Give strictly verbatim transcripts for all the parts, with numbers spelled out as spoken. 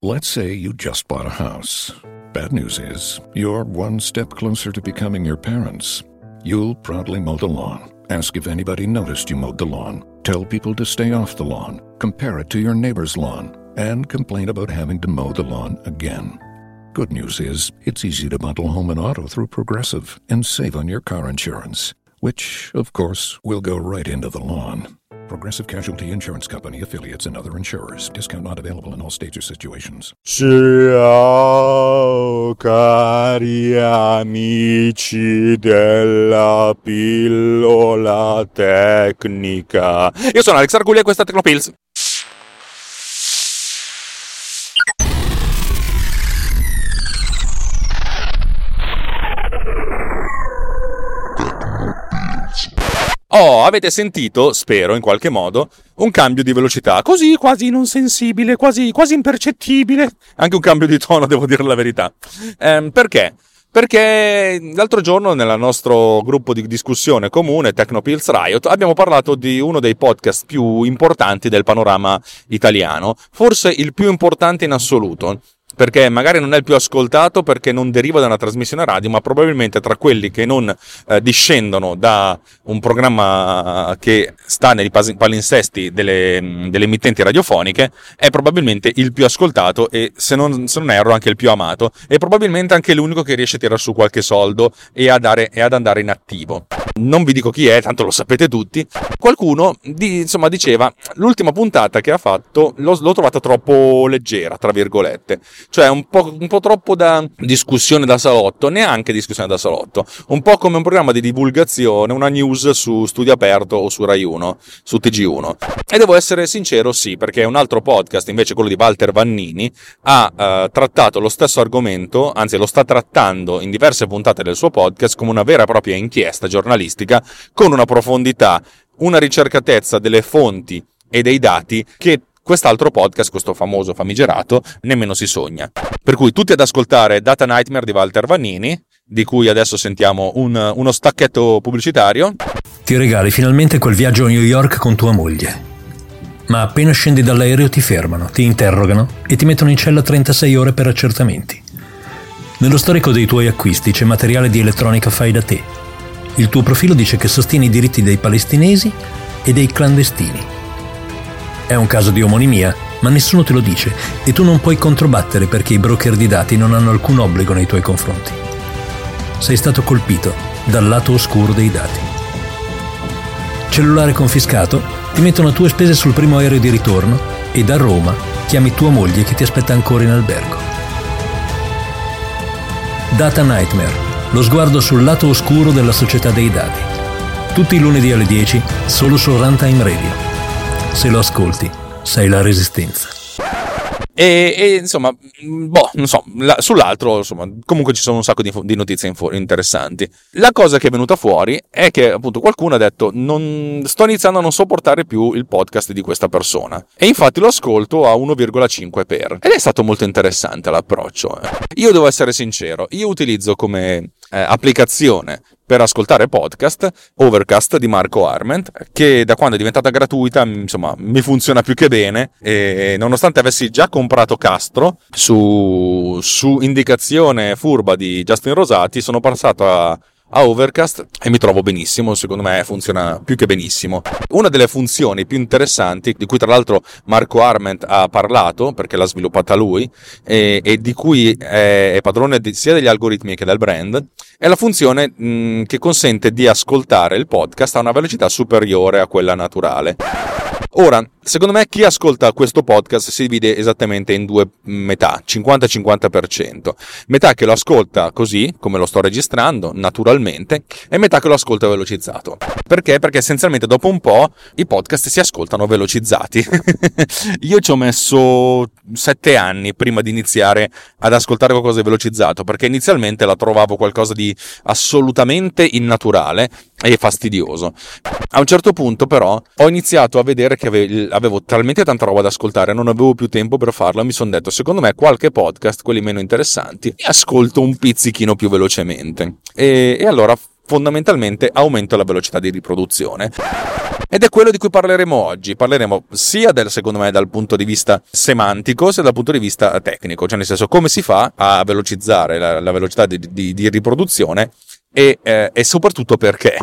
Let's say you just bought a house. Bad news is, you're one step closer to becoming your parents. You'll proudly mow the lawn, ask if anybody noticed you mowed the lawn, tell people to stay off the lawn, compare it to your neighbor's lawn, and complain about having to mow the lawn again. Good news is, it's easy to bundle home and auto through Progressive and save on your car insurance, which, of course, will go right into the lawn. Progressive Casualty Insurance Company, affiliates, and other insurers. Discount not available in all states or situations. Ciao cari amici della pillola tecnica. Io sono Alex Arcuglia e questa è Tecnopills. Oh, avete sentito, spero in qualche modo, un cambio di velocità, così quasi non sensibile, quasi, quasi impercettibile, anche un cambio di tono, devo dire la verità. Ehm, perché? Perché l'altro giorno nel nostro gruppo di discussione comune, Tecnopills Riot, abbiamo parlato di uno dei podcast più importanti del panorama italiano, forse il più importante in assoluto. Perché magari non è il più ascoltato perché non deriva da una trasmissione radio, ma probabilmente tra quelli che non eh, discendono da un programma che sta nei palinsesti delle, delle emittenti radiofoniche è probabilmente il più ascoltato e, se non, se non erro, anche il più amato, e probabilmente anche l'unico che riesce a tirare su qualche soldo e, a dare, e ad andare in attivo. Non vi dico chi è, tanto lo sapete tutti. Qualcuno di, insomma diceva l'ultima puntata che ha fatto l'ho, l'ho trovata troppo leggera, tra virgolette. Cioè un po', un po' troppo da discussione da salotto, neanche discussione da salotto, un po' come un programma di divulgazione, una news su Studio Aperto o su Rai uno, su T G uno. E devo essere sincero, sì, perché un altro podcast, invece quello di Walter Vannini, ha eh, trattato lo stesso argomento, anzi lo sta trattando in diverse puntate del suo podcast come una vera e propria inchiesta giornalistica, con una profondità, una ricercatezza delle fonti e dei dati che quest'altro podcast, questo famoso famigerato, nemmeno si sogna. Per cui tutti ad ascoltare Data Nightmare di Walter Vannini, di cui adesso sentiamo un, uno stacchetto pubblicitario. Ti regali finalmente quel viaggio a New York con tua moglie. Ma appena scendi dall'aereo ti fermano, ti interrogano e ti mettono in cella trentasei ore per accertamenti. Nello storico dei tuoi acquisti c'è materiale di elettronica fai da te. Il tuo profilo dice che sostieni i diritti dei palestinesi e dei clandestini. È un caso di omonimia, ma nessuno te lo dice e tu non puoi controbattere perché i broker di dati non hanno alcun obbligo nei tuoi confronti. Sei stato colpito dal lato oscuro dei dati. Cellulare confiscato, ti mettono a tue spese sul primo aereo di ritorno e da Roma chiami tua moglie che ti aspetta ancora in albergo. Data Nightmare, lo sguardo sul lato oscuro della società dei dati. Tutti i lunedì alle dieci, solo su Runtime Radio. Se lo ascolti, sei la resistenza. E, e insomma, boh, non so, la, sull'altro, insomma, comunque ci sono un sacco di, di notizie info, interessanti. La cosa che è venuta fuori è che appunto qualcuno ha detto non sto iniziando a non sopportare più il podcast di questa persona. E infatti lo ascolto a uno virgola cinque per. Ed è stato molto interessante l'approccio. Eh. Io devo essere sincero, io utilizzo come eh, applicazione per ascoltare podcast Overcast di Marco Arment, che da quando è diventata gratuita insomma mi funziona più che bene, e nonostante avessi già comprato Castro su, su indicazione furba di Justin Rosati, sono passato a a Overcast e mi trovo benissimo, secondo me funziona più che benissimo. Una delle funzioni più interessanti, di cui tra l'altro Marco Arment ha parlato perché l'ha sviluppata lui e, e di cui è, è padrone di, sia degli algoritmi che del brand, è la funzione mh, che consente di ascoltare il podcast a una velocità superiore a quella naturale. Ora, secondo me chi ascolta questo podcast si divide esattamente in due metà, cinquanta cinquanta per cento. Metà che lo ascolta così, come lo sto registrando, naturalmente, e metà che lo ascolta velocizzato. Perché? Perché essenzialmente dopo un po' i podcast si ascoltano velocizzati. Io ci ho messo sette anni prima di iniziare ad ascoltare qualcosa di velocizzato, perché inizialmente la trovavo qualcosa di assolutamente innaturale e fastidioso. A un certo punto però ho iniziato a vedere che avevo talmente tanta roba da ascoltare, non avevo più tempo per farlo, mi sono detto secondo me qualche podcast, quelli meno interessanti, li ascolto un pizzichino più velocemente e, e allora fondamentalmente aumento la velocità di riproduzione. Ed è quello di cui parleremo oggi. Parleremo sia del, secondo me, dal punto di vista semantico, sia dal punto di vista tecnico, cioè nel senso come si fa a velocizzare la, la velocità di, di, di riproduzione e, eh, e soprattutto perché.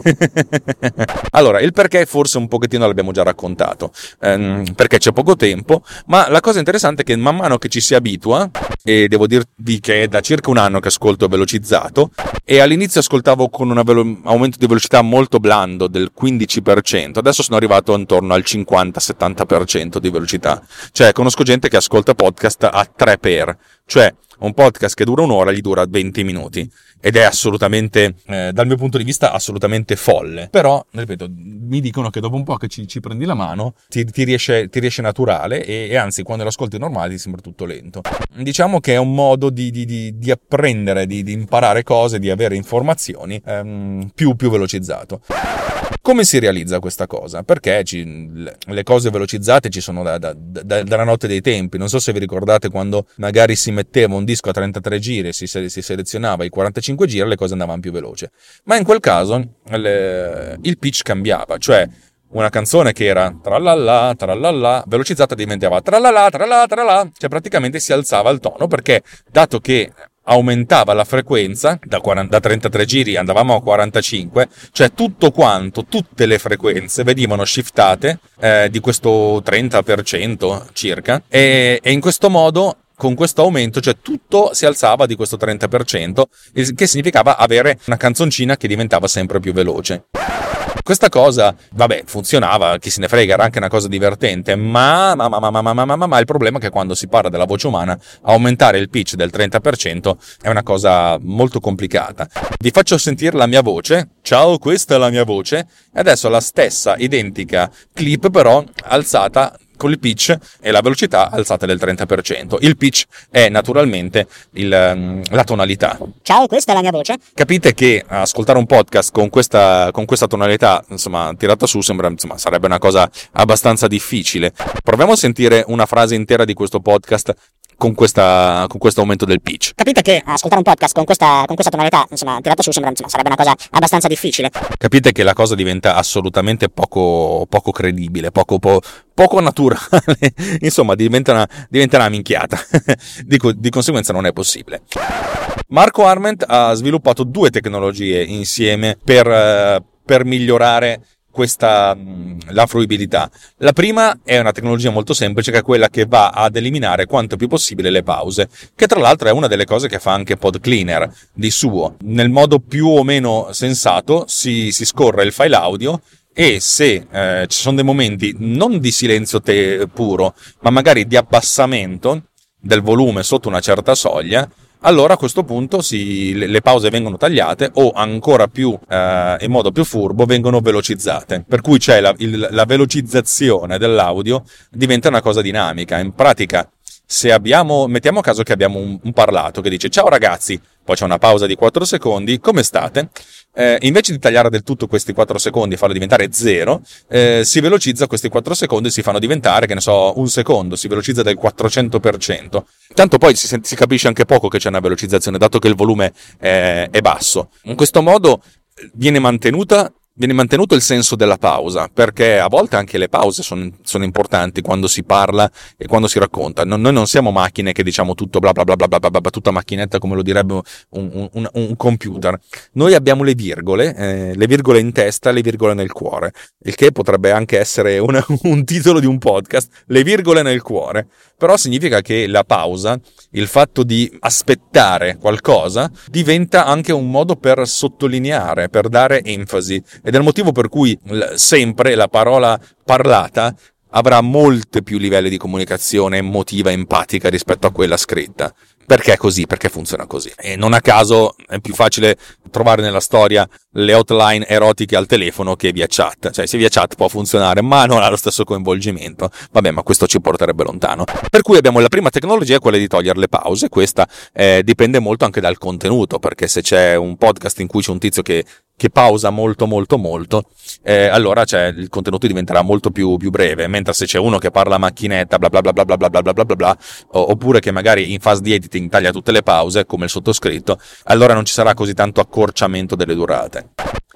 Allora, il perché forse un pochettino l'abbiamo già raccontato, ehm, perché c'è poco tempo, ma la cosa interessante è che man mano che ci si abitua, e devo dirvi che è da circa un anno che ascolto velocizzato, e all'inizio ascoltavo con un velo- aumento di velocità molto blando del quindici per cento, adesso sono arrivato intorno al cinquanta settanta per cento di velocità, cioè conosco gente che ascolta podcast a tre per, cioè un podcast che dura un'ora gli dura venti minuti, ed è assolutamente, eh, dal mio punto di vista, assolutamente folle. Però, ripeto, mi dicono che dopo un po' che ci, ci prendi la mano ti, ti, riesce, ti riesce naturale e, e anzi quando lo ascolti normale ti sembra tutto lento. Diciamo che è un modo di, di, di, di apprendere, di, di imparare cose, di avere informazioni ehm, più, più velocizzato. Come si realizza questa cosa? Perché ci, le cose velocizzate ci sono da, da, da, dalla notte dei tempi. Non so se vi ricordate quando magari si metteva un disco a trentatré giri e si, si selezionava i quarantacinque giri, le cose andavano più veloce. Ma in quel caso le, il pitch cambiava, cioè una canzone che era tralala, tralala, velocizzata diventava tralala, tralala, tralala, cioè praticamente si alzava il tono, perché dato che aumentava la frequenza, da, quaranta, da trentatré giri andavamo a quarantacinque, cioè tutto quanto, tutte le frequenze venivano shiftate eh, di questo trenta per cento circa, e, e in questo modo, con questo aumento, cioè tutto si alzava di questo trenta per cento, il che significava avere una canzoncina che diventava sempre più veloce. Questa cosa, vabbè, funzionava, chi se ne frega, era anche una cosa divertente, ma, ma, ma, ma, ma, ma, ma, ma, ma il problema è che quando si parla della voce umana, aumentare il pitch del trenta per cento è una cosa molto complicata. Vi faccio sentire la mia voce. Ciao, questa è la mia voce. E adesso la stessa identica clip, però alzata con il pitch e la velocità alzata del trenta per cento. Il pitch è naturalmente il, la tonalità. Ciao, questa è la mia voce. Capite che ascoltare un podcast con questa, con questa tonalità, insomma, tirata su, sembra, insomma, sarebbe una cosa abbastanza difficile. Proviamo a sentire una frase intera di questo podcast con questa con questo aumento del pitch. Capite che ascoltare un podcast con questa con questa tonalità, insomma, tirata su, sembra, insomma, sarebbe una cosa abbastanza difficile. Capite che la cosa diventa assolutamente poco poco credibile, poco po, poco naturale. Insomma, diventa una diventa una minchiata. di, di conseguenza non è possibile. Marco Arment ha sviluppato due tecnologie insieme per per migliorare questa la fruibilità. La prima è una tecnologia molto semplice, che è quella che va ad eliminare quanto più possibile le pause, che tra l'altro è una delle cose che fa anche PodCleaner di suo. Nel modo più o meno sensato si, si scorre il file audio, e se eh, ci sono dei momenti non di silenzio te puro, ma magari di abbassamento del volume sotto una certa soglia, allora a questo punto si, le, le pause vengono tagliate, o ancora più eh, in modo più furbo vengono velocizzate, per cui c'è la, il, la velocizzazione dell'audio diventa una cosa dinamica. In pratica, se abbiamo, mettiamo a caso che abbiamo un, un parlato che dice ciao ragazzi, poi c'è una pausa di quattro secondi, come state? Eh, invece di tagliare del tutto questi quattro secondi e farlo diventare zero, eh, si velocizza questi quattro secondi, si fanno diventare, che ne so, un secondo, si velocizza del quattrocento per cento. Tanto poi si, si capisce anche poco che c'è una velocizzazione, dato che il volume è, è basso. In questo modo viene mantenuta Viene mantenuto il senso della pausa, perché a volte anche le pause sono, sono importanti quando si parla e quando si racconta. Non, noi non siamo macchine che diciamo tutto bla bla bla bla bla bla, bla tutta macchinetta come lo direbbe un, un, un computer. Noi abbiamo le virgole, eh, le virgole in testa, le virgole nel cuore, il che potrebbe anche essere una, un titolo di un podcast, le virgole nel cuore. Però significa che la pausa, il fatto di aspettare qualcosa, diventa anche un modo per sottolineare, per dare enfasi. Ed è il motivo per cui sempre la parola parlata avrà molti più livelli di comunicazione emotiva, empatica rispetto a quella scritta. Perché è così? Perché funziona così. E non a caso è più facile trovare nella storia le hotline erotiche al telefono che via chat. Cioè, se via chat può funzionare, ma non ha lo stesso coinvolgimento. Vabbè, ma questo ci porterebbe lontano. Per cui abbiamo la prima tecnologia, quella di togliere le pause. Questa eh, dipende molto anche dal contenuto, perché se c'è un podcast in cui c'è un tizio che che pausa molto molto molto, eh, allora cioè, il contenuto diventerà molto più, più breve, mentre se c'è uno che parla a macchinetta bla bla bla bla bla bla bla bla bla bla, oppure che magari in fase di editing taglia tutte le pause come il sottoscritto, allora non ci sarà così tanto accorciamento delle durate.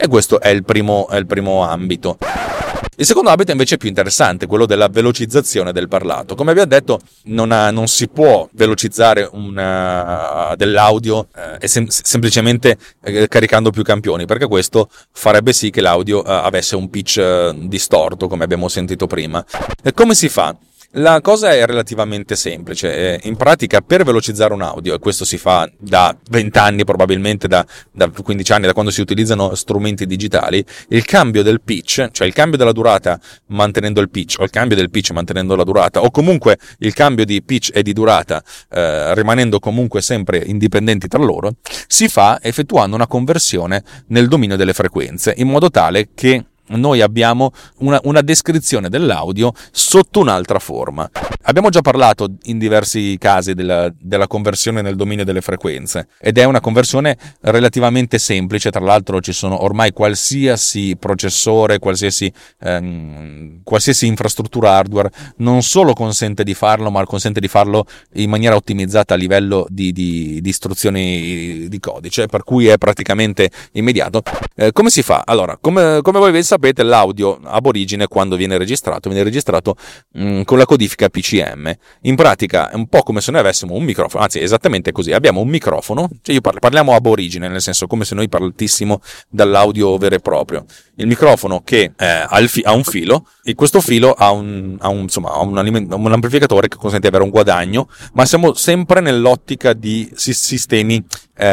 E questo è il primo, è il primo ambito. Il secondo ambito invece è più interessante, quello della velocizzazione del parlato. Come abbiamo detto, non, ha, non si può velocizzare una, dell'audio eh, sem- semplicemente eh, caricando più campioni, perché questo farebbe sì che l'audio eh, avesse un pitch eh, distorto, come abbiamo sentito prima. E come si fa? La cosa è relativamente semplice. In pratica, per velocizzare un audio, e questo si fa da venti anni, probabilmente da, da quindici anni, da quando si utilizzano strumenti digitali, il cambio del pitch, cioè il cambio della durata mantenendo il pitch, o il cambio del pitch mantenendo la durata, o comunque il cambio di pitch e di durata eh, rimanendo comunque sempre indipendenti tra loro, si fa effettuando una conversione nel dominio delle frequenze, in modo tale che noi abbiamo una, una descrizione dell'audio sotto un'altra forma. Abbiamo già parlato in diversi casi della, della conversione nel dominio delle frequenze, ed è una conversione relativamente semplice. Tra l'altro ci sono ormai qualsiasi processore, qualsiasi, ehm, qualsiasi infrastruttura hardware non solo consente di farlo, ma consente di farlo in maniera ottimizzata a livello di, di, di istruzioni di codice, per cui è praticamente immediato. Eh, come si fa? Allora, come, come voi sapete, l'audio ab origine, quando viene registrato, viene registrato mh, con la codifica P C M. In pratica è un po' come se noi avessimo un microfono, anzi esattamente così, abbiamo un microfono, cioè io parlo, parliamo ab origine, nel senso come se noi partissimo dall'audio vero e proprio. Il microfono che eh, ha, il fi- ha un filo, e questo filo ha un, ha un, insomma, ha un, aliment- un amplificatore che consente di avere un guadagno, ma siamo sempre nell'ottica di sistemi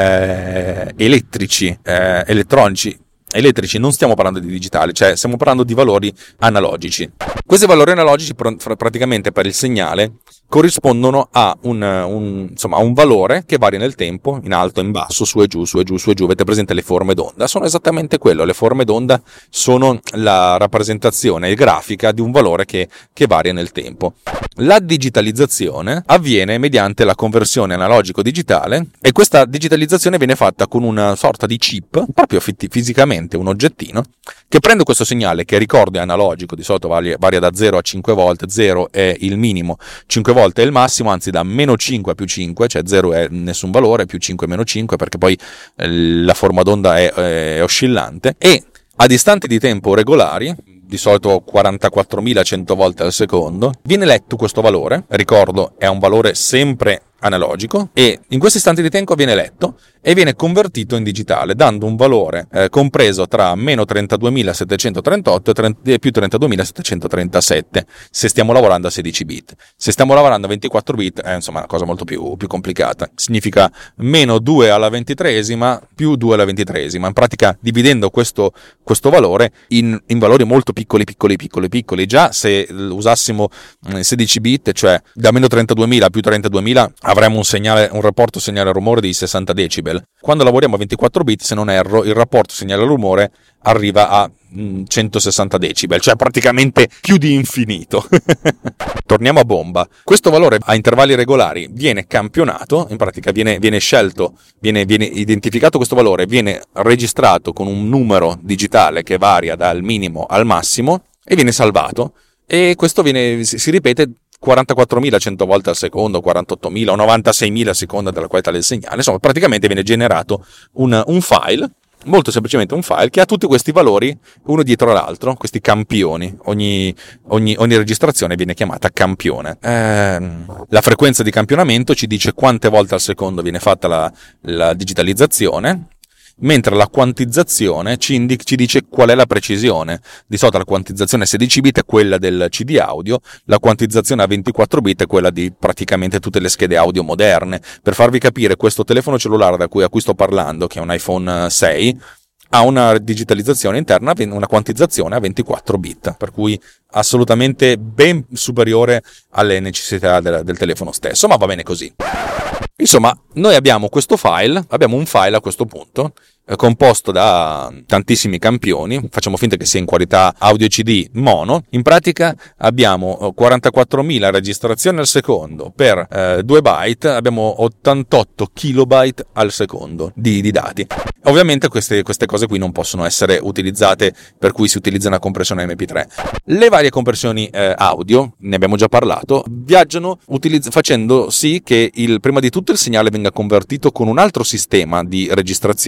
eh, elettrici, eh, elettronici, elettrici, non stiamo parlando di digitali, cioè stiamo parlando di valori analogici. Questi valori analogici pr- praticamente per il segnale corrispondono a un, un, insomma, a un valore che varia nel tempo, in alto, in basso, su e giù, su e giù, su e giù. Avete presente le forme d'onda? Sono esattamente quello. Le forme d'onda sono la rappresentazione grafica di un valore che, che varia nel tempo. La digitalizzazione avviene mediante la conversione analogico-digitale, e questa digitalizzazione viene fatta con una sorta di chip, proprio fisicamente un oggettino, che prende questo segnale, che ricordo è analogico, di solito varia, varia da zero a cinque volte, zero è il minimo, cinque volte è il massimo, anzi da meno cinque a più cinque, cioè zero è nessun valore, più cinque è meno cinque, perché poi eh, la forma d'onda è, è oscillante, e a distanti di tempo regolari, di solito quarantaquattromilacento volte al secondo, viene letto questo valore, ricordo è un valore sempre analogico, e in questi istanti di tempo viene letto e viene convertito in digitale, dando un valore eh, compreso tra meno trentaduemilasettecentotrentotto e più trentaduemilasettecentotrentasette, se stiamo lavorando a sedici bit. Se stiamo lavorando a ventiquattro bit è insomma una cosa molto più, più complicata. Significa meno due alla ventitreesima più due alla ventitreesima, in pratica dividendo questo, questo valore in, in valori molto piccoli piccoli piccoli piccoli. Già se usassimo sedici bit, cioè da meno trentaduemila a più trentaduemila, avremo un segnale, un rapporto segnale rumore di sessanta decibel. Quando lavoriamo a ventiquattro bit, se non erro, il rapporto segnale rumore arriva a mh, centosessanta decibel, cioè praticamente più di infinito. Torniamo a bomba. Questo valore a intervalli regolari viene campionato, in pratica viene, viene scelto, viene, viene identificato questo valore, viene registrato con un numero digitale che varia dal minimo al massimo e viene salvato, e questo viene, si, si ripete quarantaquattromilacento volte al secondo, quarantottomila o novantaseimila a seconda della qualità del segnale. Insomma, praticamente viene generato un, un file, molto semplicemente un file, che ha tutti questi valori uno dietro l'altro, questi campioni. Ogni, ogni, ogni registrazione viene chiamata campione. Eh, la frequenza di campionamento ci dice quante volte al secondo viene fatta la, la digitalizzazione, mentre la quantizzazione ci, indica, ci dice qual è la precisione. Di solito la quantizzazione a sedici bit è quella del C D audio, la quantizzazione a ventiquattro bit è quella di praticamente tutte le schede audio moderne. Per farvi capire, questo telefono cellulare da cui, a cui sto parlando, che è un iPhone sei, ha una digitalizzazione interna, una quantizzazione a ventiquattro bit, per cui assolutamente ben superiore alle necessità del, del telefono stesso, ma va bene così. Insomma, noi abbiamo questo file, abbiamo un file a questo punto, eh, composto da tantissimi campioni, facciamo finta che sia in qualità audio C D mono. In pratica abbiamo quarantaquattromila registrazioni al secondo per eh, due byte, abbiamo ottantotto kilobyte al secondo di, di dati. Ovviamente queste, queste cose qui non possono essere utilizzate, per cui si utilizza una compressione M P tre. Le varie compressioni eh, audio, ne abbiamo già parlato, viaggiano utilizz- facendo sì che il, prima di tutto il segnale venga convertito con un altro sistema di registrazione, un altro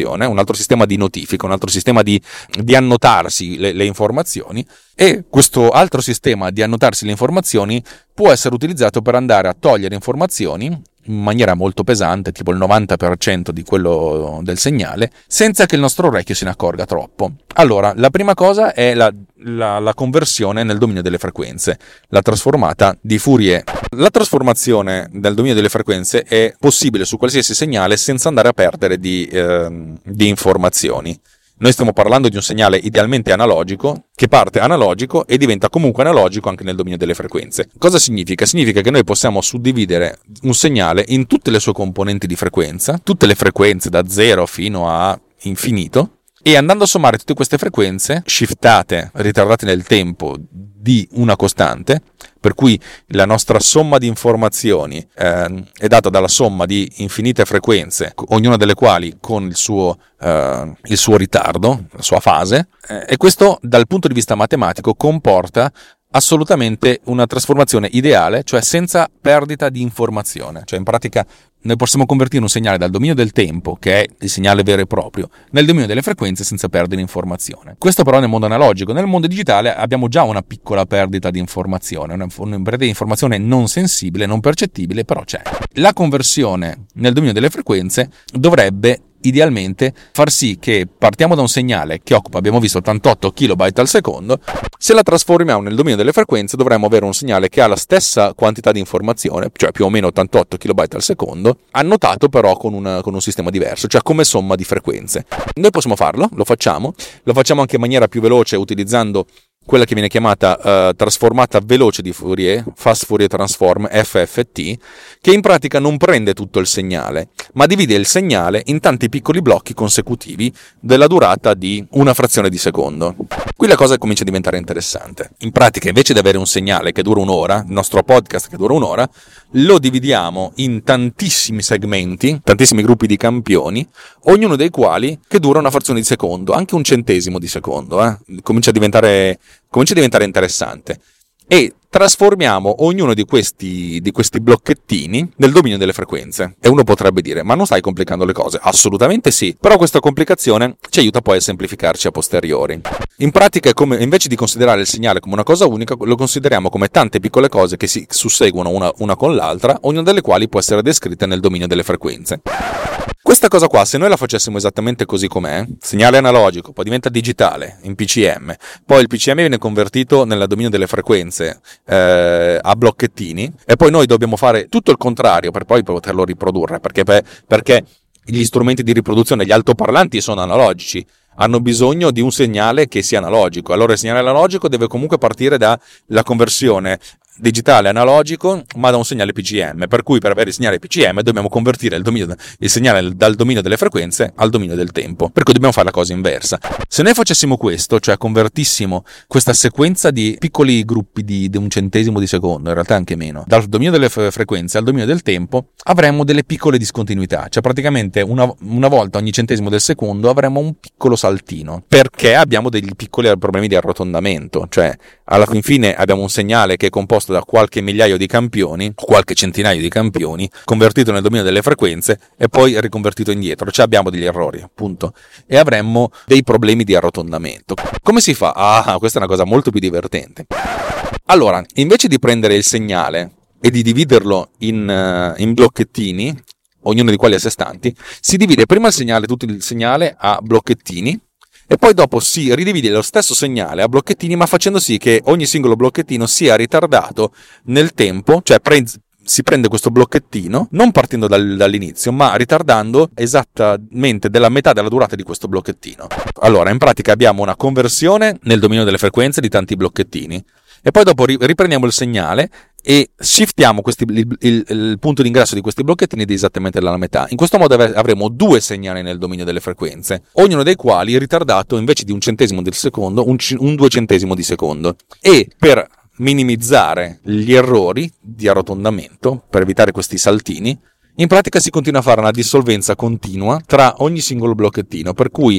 altro sistema di notifica, un altro sistema di, di annotarsi le, le informazioni, e questo altro sistema di annotarsi le informazioni può essere utilizzato per andare a togliere informazioni in maniera molto pesante, tipo il novanta per cento di quello del segnale, senza che il nostro orecchio se ne accorga troppo. Allora, la prima cosa è la, la, la conversione nel dominio delle frequenze, la trasformata di Fourier. La trasformazione nel dominio delle frequenze è possibile su qualsiasi segnale senza andare a perdere di, eh, di informazioni. Noi stiamo parlando di un segnale idealmente analogico, che parte analogico e diventa comunque analogico anche nel dominio delle frequenze. Cosa significa? Significa che noi possiamo suddividere un segnale in tutte le sue componenti di frequenza, tutte le frequenze da zero fino a infinito, e andando a sommare tutte queste frequenze, shiftate, ritardate nel tempo di una costante, per cui la nostra somma di informazioni eh, è data dalla somma di infinite frequenze, ognuna delle quali con il suo, eh, il suo ritardo, la sua fase, eh, e questo dal punto di vista matematico comporta assolutamente una trasformazione ideale, cioè senza perdita di informazione. Cioè in pratica noi possiamo convertire un segnale dal dominio del tempo, che è il segnale vero e proprio, nel dominio delle frequenze senza perdere informazione. Questo però nel mondo analogico. Nel mondo digitale abbiamo già una piccola perdita di informazione, una, una perdita di informazione non sensibile, non percettibile, però c'è. La conversione nel dominio delle frequenze dovrebbe idealmente far sì che partiamo da un segnale che occupa, abbiamo visto, ottantotto kilobyte al secondo. Se la trasformiamo nel dominio delle frequenze dovremmo avere un segnale che ha la stessa quantità di informazione, cioè più o meno ottantotto kilobyte al secondo, annotato però con, una, con un sistema diverso, cioè come somma di frequenze. Noi possiamo farlo, lo facciamo, lo facciamo anche in maniera più veloce utilizzando quella che viene chiamata uh, trasformata veloce di Fourier, Fast Fourier Transform, F F T, che in pratica non prende tutto il segnale, ma divide il segnale in tanti piccoli blocchi consecutivi della durata di una frazione di secondo. Qui la cosa comincia a diventare interessante. In pratica, invece di avere un segnale che dura un'ora, il nostro podcast che dura un'ora, lo dividiamo in tantissimi segmenti, tantissimi gruppi di campioni, ognuno dei quali che dura una frazione di secondo, anche un centesimo di secondo. Eh? Comincia a diventare comincia a diventare interessante, e trasformiamo ognuno di questi, di questi blocchettini nel dominio delle frequenze. E uno potrebbe dire, ma non stai complicando le cose? Assolutamente sì, però questa complicazione ci aiuta poi a semplificarci a posteriori. In pratica è come, invece di considerare il segnale come una cosa unica, lo consideriamo come tante piccole cose che si susseguono una, una con l'altra, ognuna delle quali può essere descritta nel dominio delle frequenze. Questa cosa qua, se noi la facessimo esattamente così com'è, segnale analogico, poi diventa digitale in P C M, poi il P C M viene convertito nel dominio delle frequenze eh, a blocchettini, e poi noi dobbiamo fare tutto il contrario per poi poterlo riprodurre, perché, perché gli strumenti di riproduzione, gli altoparlanti sono analogici, hanno bisogno di un segnale che sia analogico. Allora il segnale analogico deve comunque partire dalla conversione digitale analogico, ma da un segnale P C M, per cui per avere il segnale P C M dobbiamo convertire il, dominio, il segnale dal dominio delle frequenze al dominio del tempo, per cui dobbiamo fare la cosa inversa. Se noi facessimo questo, cioè convertissimo questa sequenza di piccoli gruppi di, di un centesimo di secondo, in realtà anche meno, dal dominio delle frequenze al dominio del tempo, avremmo delle piccole discontinuità, cioè praticamente una, una volta ogni centesimo del secondo avremmo un piccolo saltino, perché abbiamo degli piccoli problemi di arrotondamento, cioè alla fin fine abbiamo un segnale che è composto da qualche migliaio di campioni, qualche centinaio di campioni, convertito nel dominio delle frequenze e poi riconvertito indietro, cioè abbiamo degli errori, appunto, e avremmo dei problemi di arrotondamento. Come si fa? Ah, questa è una cosa molto più divertente. Allora, invece di prendere il segnale e di dividerlo in, uh, in blocchettini, ognuno dei quali a sé stanti, si divide prima il segnale, tutto il segnale a blocchettini, e poi dopo si ridivide lo stesso segnale a blocchettini, ma facendo sì che ogni singolo blocchettino sia ritardato nel tempo, cioè pre- si prende questo blocchettino non partendo dal, dall'inizio, ma ritardando esattamente della metà della durata di questo blocchettino. Allora, in pratica abbiamo una conversione nel dominio delle frequenze di tanti blocchettini, e poi dopo riprendiamo il segnale e shiftiamo questi, il, il, il punto d'ingresso di questi blocchettini di esattamente la metà. In questo modo avremo due segnali nel dominio delle frequenze, ognuno dei quali è ritardato invece di un centesimo del secondo, un, un duecentesimo di secondo. E per minimizzare gli errori di arrotondamento, per evitare questi saltini, in pratica si continua a fare una dissolvenza continua tra ogni singolo blocchettino, per cui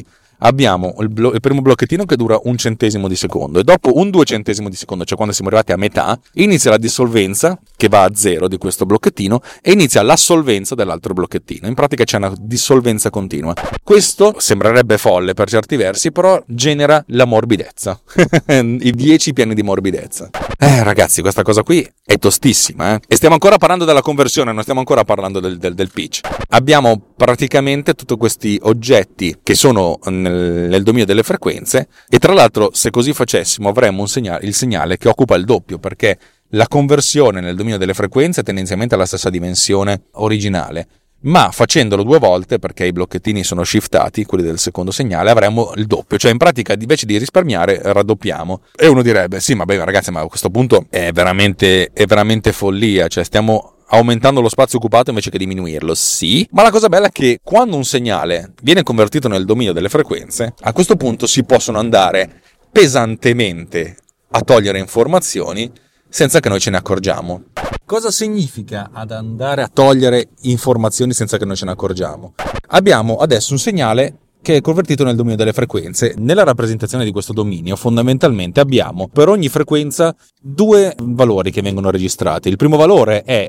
abbiamo il, blo- il primo blocchettino che dura un centesimo di secondo e dopo un duecentesimo di secondo, cioè quando siamo arrivati a metà, inizia la dissolvenza che va a zero di questo blocchettino e inizia l'assolvenza dell'altro blocchettino. In pratica c'è una dissolvenza continua. Questo sembrerebbe folle per certi versi, però genera la morbidezza. I dieci piani di morbidezza. Eh ragazzi, questa cosa qui è tostissima, eh? E stiamo ancora parlando della conversione, non stiamo ancora parlando del, del, del pitch. Abbiamo praticamente tutti questi oggetti che sono nel, nel dominio delle frequenze e tra l'altro se così facessimo avremmo un segnale, il segnale che occupa il doppio, perché la conversione nel dominio delle frequenze è tendenzialmente alla stessa dimensione originale, ma facendolo due volte, perché i blocchettini sono shiftati, quelli del secondo segnale, avremmo il doppio, cioè in pratica invece di risparmiare raddoppiamo. E uno direbbe, sì ma beh ragazzi, ma a questo punto è veramente, è veramente follia, cioè stiamo aumentando lo spazio occupato invece che diminuirlo. Sì, ma la cosa bella è che quando un segnale viene convertito nel dominio delle frequenze, a questo punto si possono andare pesantemente a togliere informazioni senza che noi ce ne accorgiamo. Cosa significa ad andare a togliere informazioni senza che noi ce ne accorgiamo? Abbiamo adesso un segnale che è convertito nel dominio delle frequenze. Nella rappresentazione di questo dominio fondamentalmente abbiamo per ogni frequenza due valori che vengono registrati. Il primo valore è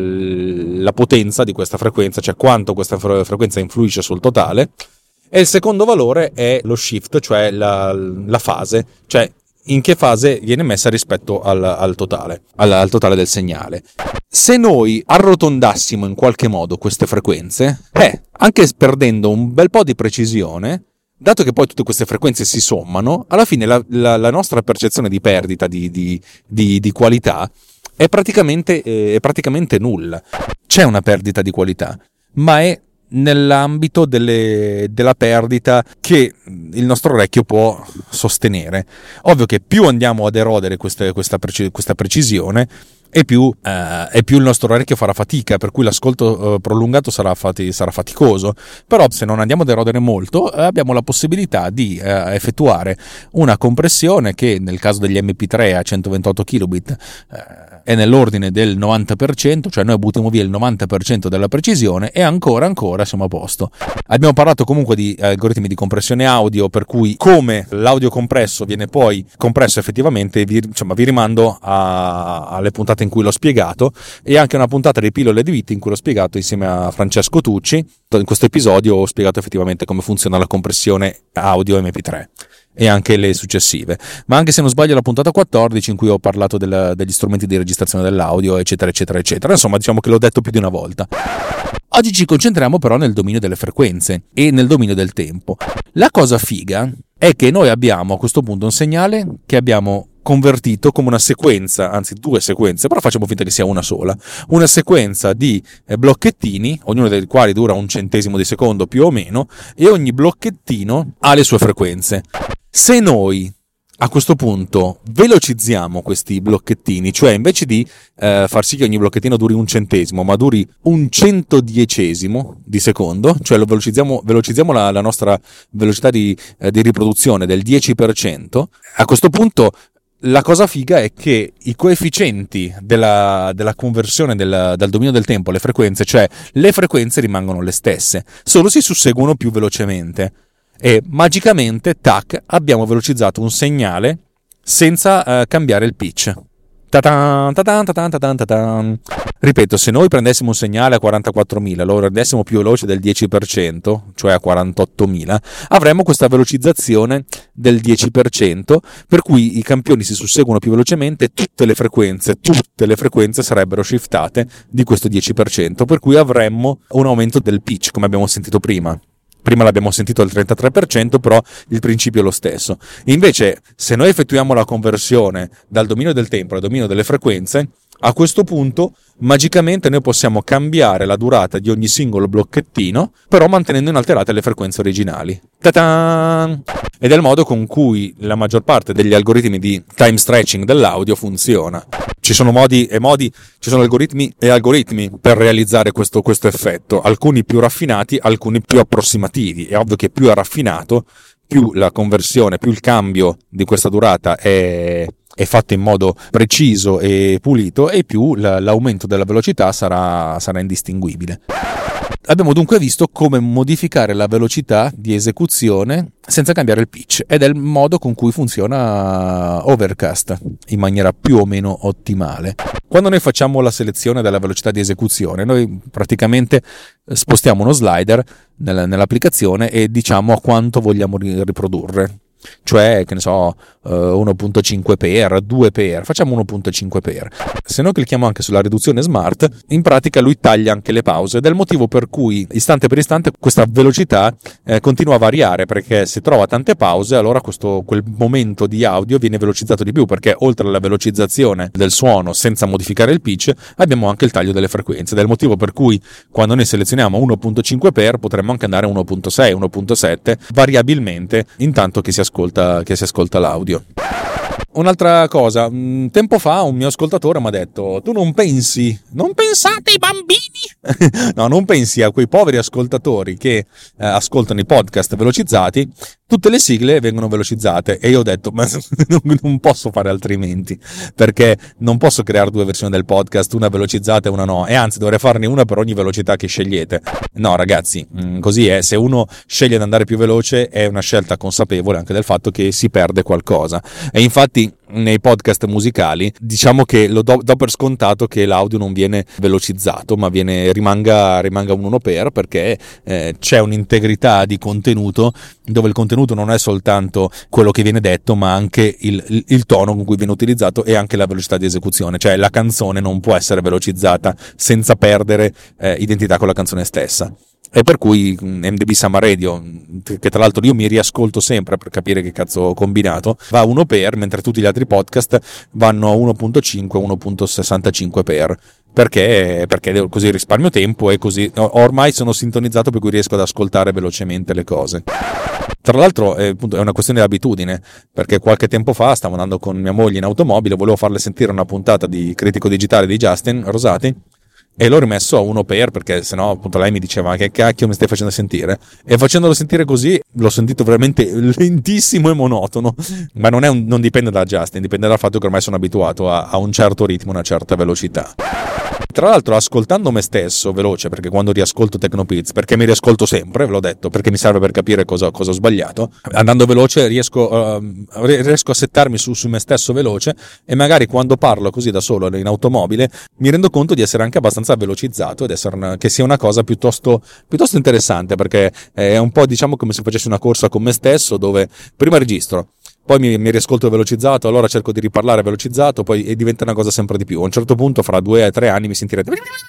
la potenza di questa frequenza, cioè quanto questa frequenza influisce sul totale, e il secondo valore è lo shift, cioè la, la fase, cioè in che fase viene messa rispetto al, al totale, al, al totale del segnale. Se noi arrotondassimo in qualche modo queste frequenze, eh, anche perdendo un bel po' di precisione, dato che poi tutte queste frequenze si sommano, alla fine la, la, la nostra percezione di perdita di, di, di, di qualità è praticamente, eh, è praticamente nulla. C'è una perdita di qualità, ma è nell'ambito delle, della perdita che il nostro orecchio può sostenere. Ovvio che più andiamo ad erodere queste, questa, preci, questa precisione e più, eh, e più il nostro orecchio farà fatica, per cui l'ascolto eh, prolungato sarà, fati, sarà faticoso. Però se non andiamo ad erodere molto eh, abbiamo la possibilità di eh, effettuare una compressione che nel caso degli emme pi tre a centoventotto kilobit eh, è nell'ordine del novanta per cento, cioè noi buttiamo via il novanta per cento della precisione e ancora ancora siamo a posto. Abbiamo parlato comunque di algoritmi di compressione audio, per cui come l'audio compresso viene poi compresso effettivamente, vi, insomma, vi rimando a, alle puntate in cui l'ho spiegato, e anche una puntata di Pillole di Vita in cui l'ho spiegato insieme a Francesco Tucci. In questo episodio ho spiegato effettivamente come funziona la compressione audio emme pi tre e anche le successive, ma anche se non sbaglio la puntata quattordici in cui ho parlato del, degli strumenti di registrazione dell'audio eccetera eccetera eccetera. Insomma, diciamo che l'ho detto più di una volta. Oggi ci concentriamo però nel dominio delle frequenze e nel dominio del tempo. La cosa figa è che noi abbiamo a questo punto un segnale che abbiamo convertito come una sequenza, anzi due sequenze, però facciamo finta che sia una sola, una sequenza di blocchettini, ognuno dei quali dura un centesimo di secondo più o meno, e ogni blocchettino ha le sue frequenze. Se noi a questo punto velocizziamo questi blocchettini, cioè invece di eh, far sì che ogni blocchettino duri un centesimo, ma duri un centodiecesimo di secondo, cioè lo velocizziamo, velocizziamo la, la nostra velocità di, eh, di riproduzione del dieci per cento, a questo punto la cosa figa è che i coefficienti della, della conversione del, dal dominio del tempo alle frequenze, cioè le frequenze rimangono le stesse, solo si susseguono più velocemente. E magicamente, tac, abbiamo velocizzato un segnale senza uh, cambiare il pitch. Ta-tan, ta-tan, ta-tan, ta-tan, ta-tan. Ripeto, se noi prendessimo un segnale a quarantaquattromila e lo rendessimo più veloce del dieci per cento, cioè a quarantottomila, avremmo questa velocizzazione del dieci per cento, per cui i campioni si susseguono più velocemente, tutte le frequenze, tutte le frequenze sarebbero shiftate di questo dieci per cento, per cui avremmo un aumento del pitch, come abbiamo sentito prima. Prima l'abbiamo sentito al trentatré per cento, però il principio è lo stesso. Invece, se noi effettuiamo la conversione dal dominio del tempo al dominio delle frequenze, a questo punto magicamente noi possiamo cambiare la durata di ogni singolo blocchettino, però mantenendo inalterate le frequenze originali. Ta-tan! Ed è il modo con cui la maggior parte degli algoritmi di time stretching dell'audio funziona. Ci sono modi e modi, ci sono algoritmi e algoritmi per realizzare questo, questo effetto, alcuni più raffinati, alcuni più approssimativi. È ovvio che più è raffinato, più la conversione, più il cambio di questa durata è, è fatto in modo preciso e pulito, e più la, l'aumento della velocità sarà, sarà indistinguibile. Abbiamo dunque visto come modificare la velocità di esecuzione senza cambiare il pitch, ed è il modo con cui funziona Overcast in maniera più o meno ottimale. Quando noi facciamo la selezione della velocità di esecuzione, noi praticamente spostiamo uno slider nell'applicazione e diciamo a quanto vogliamo riprodurre. Cioè, che ne so, uno virgola cinque per, due per, facciamo uno virgola cinque per. Se noi clicchiamo anche sulla riduzione smart, in pratica lui taglia anche le pause, ed è il motivo per cui istante per istante questa velocità eh, continua a variare, perché se trova tante pause, allora questo, quel momento di audio viene velocizzato di più, perché oltre alla velocizzazione del suono senza modificare il pitch, abbiamo anche il taglio delle frequenze, ed è il motivo per cui quando noi selezioniamo uno virgola cinque per potremmo anche andare a uno virgola sei, uno virgola sette, variabilmente, intanto che si ascolta, che si ascolta l'audio. Un'altra cosa, tempo fa un mio ascoltatore mi ha detto: tu non pensi, non pensate ai bambini? No, non pensi a quei poveri ascoltatori che eh, ascoltano i podcast velocizzati, tutte le sigle vengono velocizzate, e io ho detto ma non posso fare altrimenti, perché non posso creare due versioni del podcast, una velocizzata e una no, e anzi dovrei farne una per ogni velocità che scegliete. No ragazzi, così è, se uno sceglie di andare più veloce è una scelta consapevole anche del fatto che si perde qualcosa, e infatti nei podcast musicali diciamo che lo do, do per scontato che l'audio non viene velocizzato, ma viene rimanga, rimanga un uno per, perché eh, c'è un'integrità di contenuto, dove il contenuto non è soltanto quello che viene detto, ma anche il, il, il tono con cui viene utilizzato e anche la velocità di esecuzione. Cioè la canzone non può essere velocizzata senza perdere eh, identità con la canzone stessa. E per cui M D B Summer Radio, che tra l'altro io mi riascolto sempre per capire che cazzo ho combinato, va a uno per, mentre tutti gli altri podcast vanno a uno virgola cinque, uno virgola sessantacinque per. Perché? Perché così risparmio tempo, e così ormai sono sintonizzato per cui riesco ad ascoltare velocemente le cose. Tra l'altro è, appunto, è una questione di abitudine, perché qualche tempo fa stavo andando con mia moglie in automobile, volevo farle sentire una puntata di Critico Digitale di Justin Rosati, e l'ho rimesso a uno per, perché sennò appunto lei mi diceva: che cacchio mi stai facendo sentire? E facendolo sentire così l'ho sentito veramente lentissimo e monotono. Ma non, è un, non dipende da Justin, dipende dal fatto che ormai sono abituato a, a un certo ritmo, una certa velocità. Tra l'altro, ascoltando me stesso veloce, perché quando riascolto Tecnopills, perché mi riascolto sempre, ve l'ho detto, perché mi serve per capire cosa, cosa ho sbagliato, andando veloce riesco, uh, riesco a settarmi su, su me stesso veloce, e magari quando parlo così da solo in automobile mi rendo conto di essere anche abbastanza velocizzato, ed essere una, che sia una cosa piuttosto, piuttosto interessante, perché è un po', diciamo, come se facessi una corsa con me stesso, dove prima registro, poi mi, mi riascolto velocizzato, allora cerco di riparlare velocizzato, poi e diventa una cosa sempre di più. A un certo punto, fra due o tre anni, mi sentirete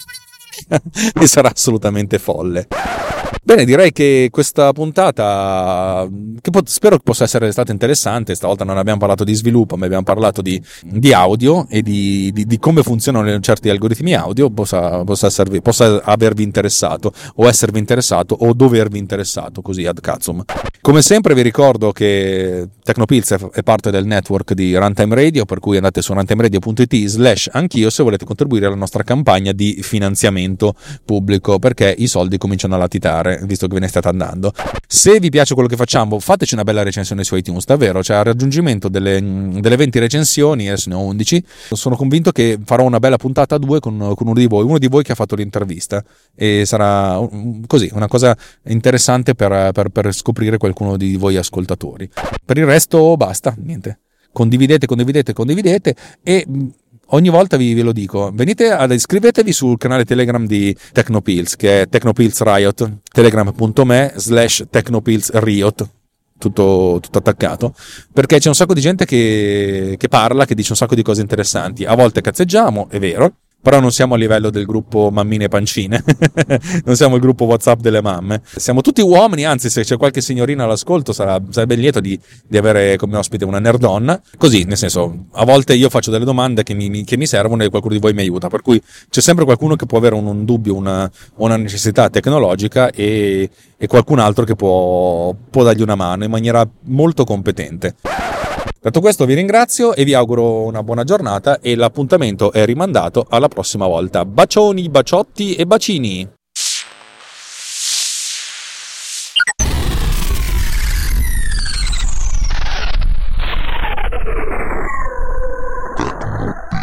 e sarà assolutamente folle. Bene, direi che questa puntata, che pot- spero che possa essere stata interessante. Stavolta non abbiamo parlato di sviluppo, ma abbiamo parlato di, di audio e di, di, di come funzionano certi algoritmi audio, possa, possa, esservi, possa avervi interessato, o esservi interessato, o dovervi interessato, così ad cazzo. Come sempre vi ricordo che Tecnopills è parte del network di Runtime Radio, per cui andate su runtimeradio punto it slash anch'io se volete contribuire alla nostra campagna di finanziamento pubblico, perché i soldi cominciano a latitare, visto che ve ne state andando. Se vi piace quello che facciamo, fateci una bella recensione su iTunes, davvero, cioè al raggiungimento delle, delle venti recensioni, adesso ne ho undici, sono convinto che farò una bella puntata a due con, con uno di voi, uno di voi che ha fatto l'intervista, e sarà così una cosa interessante per, per, per scoprire qualcuno di voi ascoltatori. Per il resto basta, niente, condividete, condividete, condividete, e ogni volta vi, ve lo dico, venite ad iscrivetevi sul canale Telegram di Tecnopills, che è Tecnopills Riot, telegram punto me slash Tecnopills Riot, tutto, tutto attaccato, perché c'è un sacco di gente che, che parla, che dice un sacco di cose interessanti. A volte cazzeggiamo, è vero, però non siamo a livello del gruppo mammine e pancine, non siamo il gruppo WhatsApp delle mamme, siamo tutti uomini, anzi se c'è qualche signorina all'ascolto sarà, sarebbe lieto di, di avere come ospite una nerdonna, così, nel senso, a volte io faccio delle domande che mi, che mi servono e qualcuno di voi mi aiuta, per cui c'è sempre qualcuno che può avere un, un dubbio, una, una necessità tecnologica, e, e qualcun altro che può, può dargli una mano in maniera molto competente. Detto questo vi ringrazio e vi auguro una buona giornata, e l'appuntamento è rimandato alla prossima volta. Bacioni, baciotti e bacini!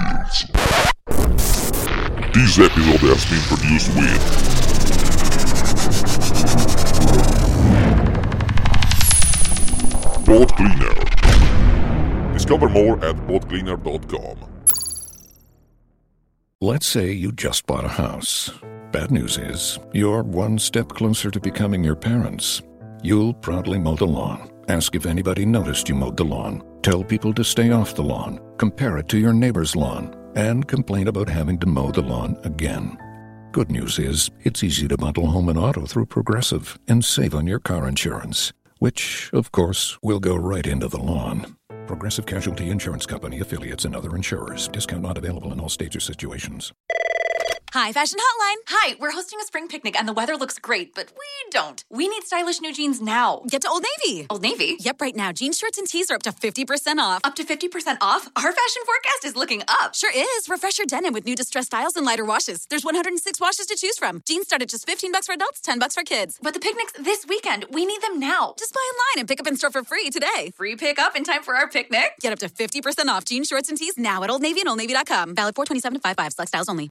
This episode has been produced with Discover more at boat cleaner dot com. Let's say you just bought a house. Bad news is, you're one step closer to becoming your parents. You'll proudly mow the lawn, ask if anybody noticed you mowed the lawn, tell people to stay off the lawn, compare it to your neighbor's lawn, and complain about having to mow the lawn again. Good news is, it's easy to bundle home and auto through Progressive and save on your car insurance, which, of course, will go right into the lawn. Progressive Casualty Insurance Company, affiliates, and other insurers. Discount not available in all states or situations. Hi, Fashion Hotline. Hi, we're hosting a spring picnic and the weather looks great, but we don't. We need stylish new jeans now. Get to Old Navy. Old Navy? Yep, right now, jeans, shirts, and tees are up to fifty percent off. Up to fifty percent off? Our fashion forecast is looking up. Sure is. Refresh your denim with new distressed styles and lighter washes. There's one hundred six washes to choose from. Jeans start at just fifteen bucks for adults, ten bucks for kids. But the picnic's this weekend. We need them now. Just buy online and pick up in store for free today. Free pickup in time for our picnic? Get up to fifty percent off jeans, shorts, and tees now at Old Navy and old navy dot com. Valid four twenty-seven to five five. Select styles only.